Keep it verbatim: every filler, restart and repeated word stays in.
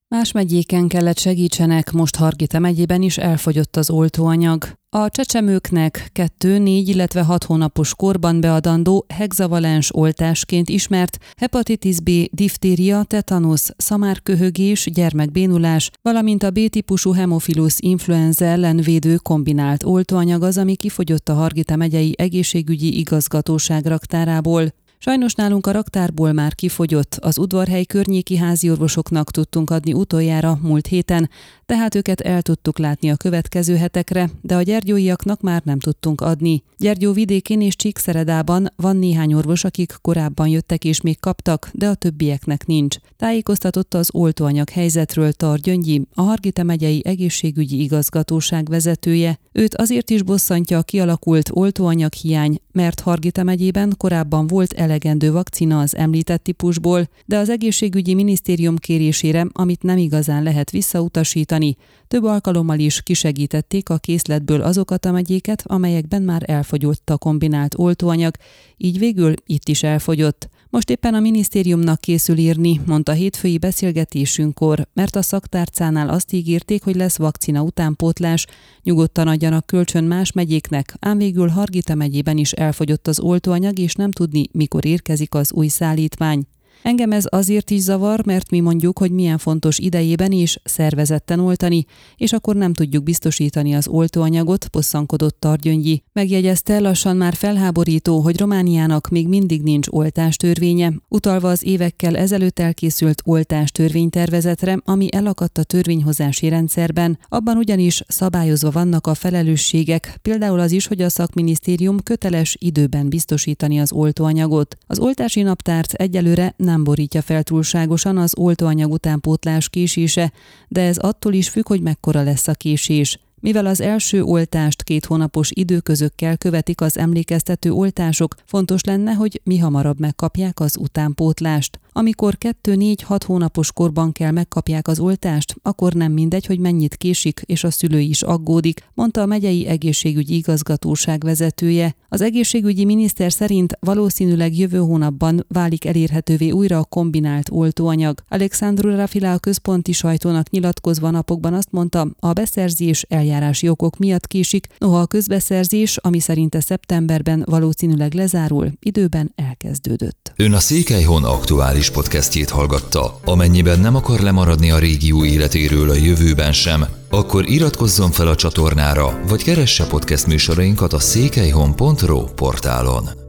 Más megyéken kellett segítsenek, most Hargita megyében is elfogyott az oltóanyag. A csecsemőknek kettő, négy, illetve hat hónapos korban beadandó hexavalens oltásként ismert hepatitis B, diftéria, tetanusz, szamárköhögés, gyermekbénulás, valamint a B-típusú hemofilus influenza ellen védő kombinált oltóanyag az, ami kifogyott a Hargita megyei egészségügyi igazgatóság raktárából. Sajnos nálunk a raktárból már kifogyott, az udvarhely környéki háziorvosoknak tudtunk adni utoljára múlt héten, tehát őket el tudtuk látni a következő hetekre, de a gyergyóiaknak már nem tudtunk adni. Gyergyó vidékén és Csíkszeredában van néhány orvos, akik korábban jöttek és még kaptak, de a többieknek nincs. Tájékoztatott az oltóanyag helyzetről Tar Gyöngyi, a Hargita megyei egészségügyi igazgatóság vezetője. Őt azért is bosszantja a kialakult oltóanyag hiány, mert Hargita megyében korábban volt elegendő vakcina az említett típusból, de az egészségügyi minisztérium kérésére, amit nem igazán lehet visszautasítani, több alkalommal is kisegítették a készletből azokat a megyéket, amelyekben már elfogyott a kombinált oltóanyag, így végül itt is elfogyott. Most éppen a minisztériumnak készül írni, mondta hétfői beszélgetésünkkor, mert a szaktárcánál azt ígérték, hogy lesz vakcina utánpótlás, nyugodtan adjanak kölcsön más megyéknek, ám végül Hargita megyében is elfogyott az oltóanyag, és nem tudni, mikor érkezik az új szállítmány. Engem ez azért is zavar, mert mi mondjuk, hogy milyen fontos idejében is szervezetten oltani, és akkor nem tudjuk biztosítani az oltóanyagot, bosszankodott Tar Gyöngyi. Megjegyezte, lassan már felháborító, hogy Romániának még mindig nincs oltástörvénye, utalva az évekkel ezelőtt elkészült oltástörvénytervezetre, ami elakadt a törvényhozási rendszerben. Abban ugyanis szabályozva vannak a felelősségek, például az is, hogy a szakminisztérium köteles időben biztosítani az oltóanyagot. Az oltási naptárt egyelőre nem borítja fel túlságosan az oltóanyag utánpótlás késése, de ez attól is függ, hogy mekkora lesz a késés. Mivel az első oltást két hónapos időközökkel követik az emlékeztető oltások, fontos lenne, hogy mi hamarabb megkapják az utánpótlást. Amikor kettő, négy, hat hónapos korban kell megkapják az oltást, akkor nem mindegy, hogy mennyit késik, és a szülő is aggódik, mondta a megyei egészségügyi igazgatóság vezetője. Az egészségügyi miniszter szerint valószínűleg jövő hónapban válik elérhetővé újra a kombinált oltóanyag. Alexandru Rafila a központi sajtónak nyilatkozva napokban azt mondta, a beszerzés eljárási okok miatt késik, noha a közbeszerzés, ami szerinte szeptemberben valószínűleg lezárul, időben elkezdődött. Ön a Székelyhon aktuális podcastjét hallgatta. Amennyiben nem akar lemaradni a régió életéről a jövőben sem, akkor iratkozzon fel a csatornára, vagy keresse podcast műsorainkat a székelyhon pont ro portálon.